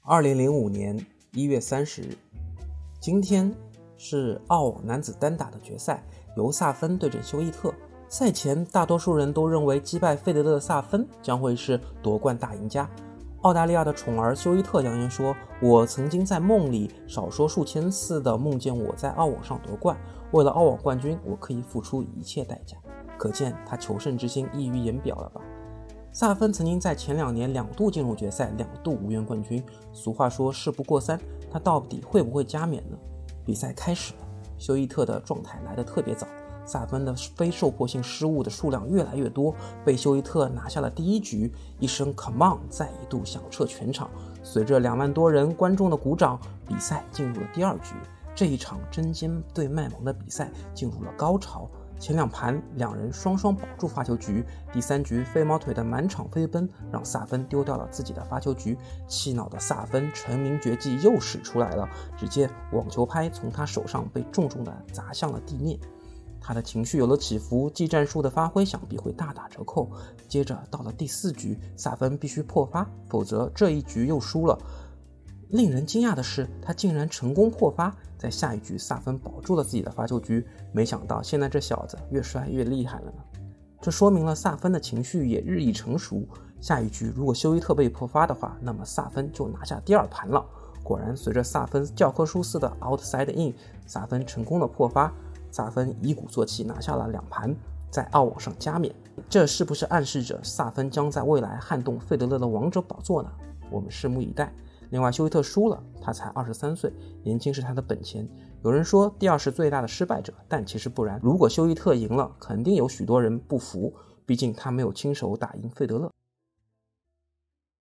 2005年1月30日，今天是澳网男子单打的决赛，由萨芬对阵休伊特。赛前大多数人都认为击败费德勒的萨芬将会是夺冠大赢家。澳大利亚的宠儿休伊特扬言说，我曾经在梦里少说数千次的梦见我在澳网上夺冠，为了澳网冠军我可以付出一切代价。可见他求胜之心溢于言表了吧。萨芬曾经在前2年2度进入决赛，2度无缘冠军。俗话说事不过三，他到底会不会加冕呢？比赛开始了，休伊特的状态来得特别早，萨芬的非受迫性失误的数量越来越多，被休伊特拿下了第一局。一声 Come on 再一度响彻全场，随着2万多人观众的鼓掌，比赛进入了第2局。这一场针尖对麦芒的比赛进入了高潮。前2盘2人双双保住发球局，第3局飞毛腿的满场飞奔让萨芬丢掉了自己的发球局。气恼的萨芬成名绝技又使出来了，只见网球拍从他手上被重重地砸向了地面。他的情绪有了起伏，技战术的发挥想必会大打折扣。接着到了第4局，萨芬必须破发，否则这一局又输了。令人惊讶的是，他竟然成功破发，在下一局萨芬保住了自己的发球局。没想到现在这小子越摔越厉害了呢。这说明了萨芬的情绪也日益成熟。下一局如果休伊特被破发的话，那么萨芬就拿下第2盘了。果然随着萨芬教科书似的 outside in， 萨芬成功的破发。萨芬一鼓作气拿下了2盘，在澳网上加冕。这是不是暗示着萨芬将在未来撼动费德勒的王者宝座呢？我们拭目以待。另外休伊特输了，他才23岁，年轻是他的本钱。有人说第2是最大的失败者，但其实不然。如果休伊特赢了，肯定有许多人不服，毕竟他没有亲手打赢费德勒。